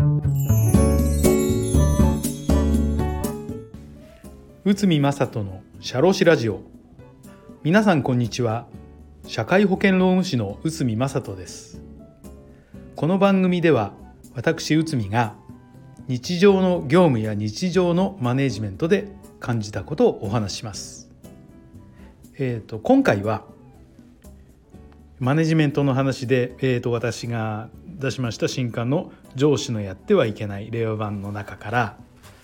内海正人の社労士ラジオ。皆さんこんにちは。社会保険労務士の内海正人です。この番組では私内海が日常の業務や日常のマネジメントで感じたことをお話しします。今回はマネジメントの話で、私が出しました新刊の上司のやってはいけない令和版の中から、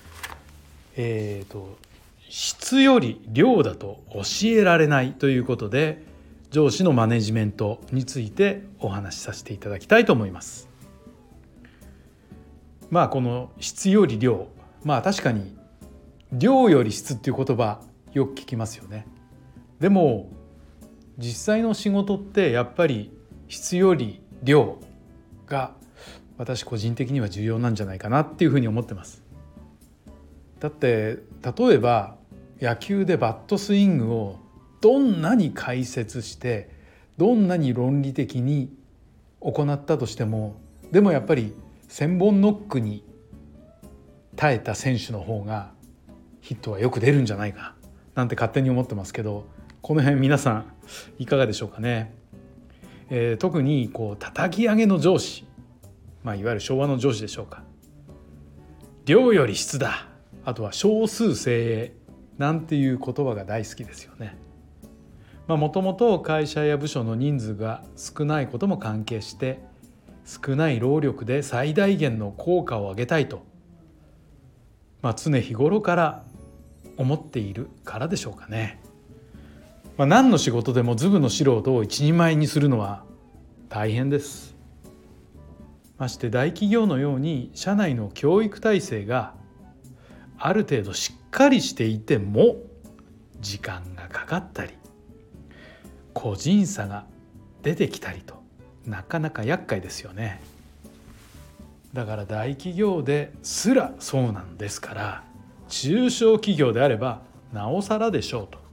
質より量だと教えられないということで、上司のマネジメントについてお話しさせていただきたいと思います。この質より量、確かに量より質っていう言葉よく聞きますよね。でも実際の仕事ってやっぱり質より量が私個人的には重要なんじゃないかなっていうふうに思ってます。だって例えば野球でバットスイングをどんなに解説してどんなに論理的に行ったとしても、でもやっぱり千本ノックに耐えた選手の方がヒットはよく出るんじゃないかなんて勝手に思ってますけど、この辺皆さんいかがでしょうかね。特に叩き上げの上司、いわゆる昭和の上司でしょうか。量より質だ、あとは少数精鋭なんていう言葉が大好きですよね。もともと会社や部署の人数が少ないことも関係して、少ない労力で最大限の効果を上げたいと、常日頃から思っているからでしょうかね。何の仕事でもズブの素人を一人前にするのは大変です。まして大企業のように社内の教育体制がある程度しっかりしていても時間がかかったり個人差が出てきたりと、なかなか厄介ですよね。だから大企業ですらそうなんですから、中小企業であればなおさらでしょうと。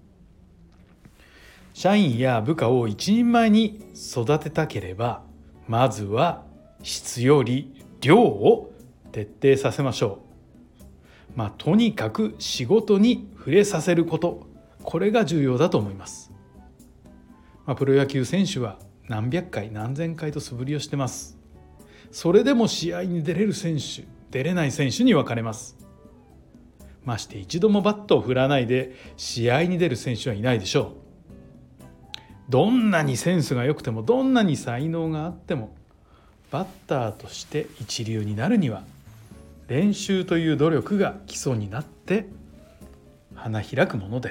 社員や部下を一人前に育てたければ、まずは質より量を徹底させましょう。とにかく仕事に触れさせること、これが重要だと思います。プロ野球選手は何百回何千回と素振りをしてます。それでも試合に出れる選手、出れない選手に分かれます。まして一度もバットを振らないで試合に出る選手はいないでしょう。どんなにセンスが良くても、どんなに才能があっても、バッターとして一流になるには練習という努力が基礎になって花開くものです。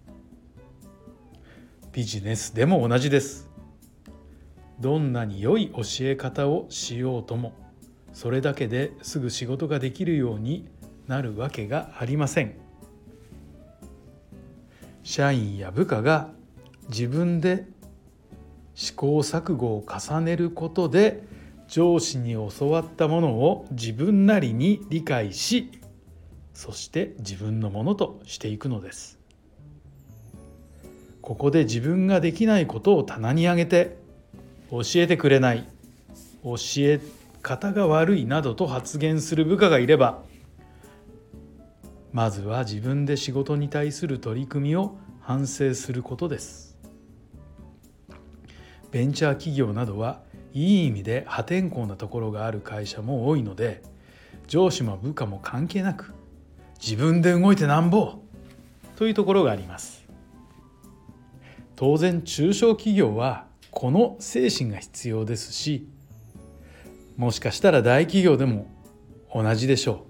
ビジネスでも同じです。どんなに良い教え方をしようとも、それだけですぐ仕事ができるようになるわけがありません。社員や部下が自分で試行錯誤を重ねることで、上司に教わったものを自分なりに理解し、そして自分のものとしていくのです。ここで自分ができないことを棚に上げて、教えてくれない、教え方が悪いなどと発言する部下がいれば、まずは自分で仕事に対する取り組みを反省することです。ベンチャー企業などはいい意味で破天荒なところがある会社も多いので、上司も部下も関係なく自分で動いてなんぼというところがあります。当然中小企業はこの精神が必要ですし、もしかしたら大企業でも同じでしょ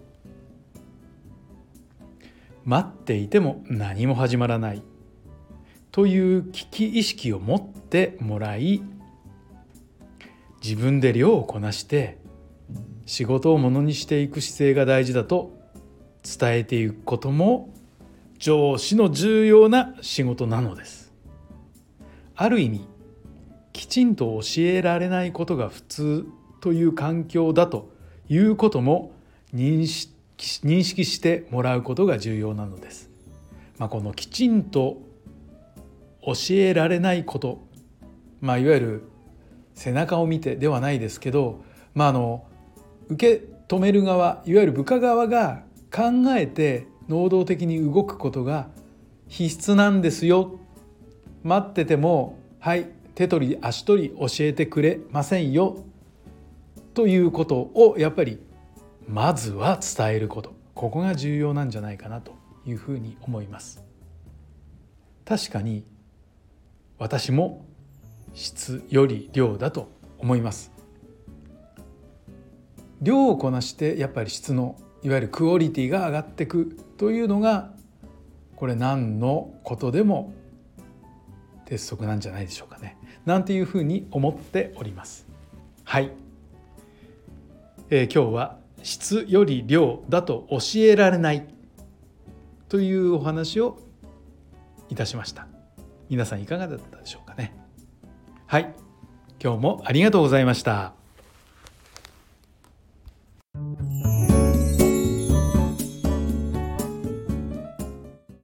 う。待っていても何も始まらないという危機意識を持ってもらい、自分で量をこなして仕事をものにしていく姿勢が大事だと伝えていくことも上司の重要な仕事なのです。ある意味、きちんと教えられないことが普通という環境だということも認識してもらうことが重要なのです。このきちんと教えられないこと、いわゆる背中を見てではないですけど、 受け止める側、いわゆる部下側が考えて能動的に動くことが必須なんですよ。待っててもはい手取り足取り教えてくれませんよということをやっぱりまずは伝えること、ここが重要なんじゃないかなというふうに思います。確かに私も質より量だと思います。量をこなしてやっぱり質のいわゆるクオリティが上がっていくというのがこれ何のことでも鉄則なんじゃないでしょうかね、なんていうふうに思っております。はい、今日は質より量だと教えられないというお話をいたしました。皆さんいかがだったでしょうかね。はい、今日もありがとうございました。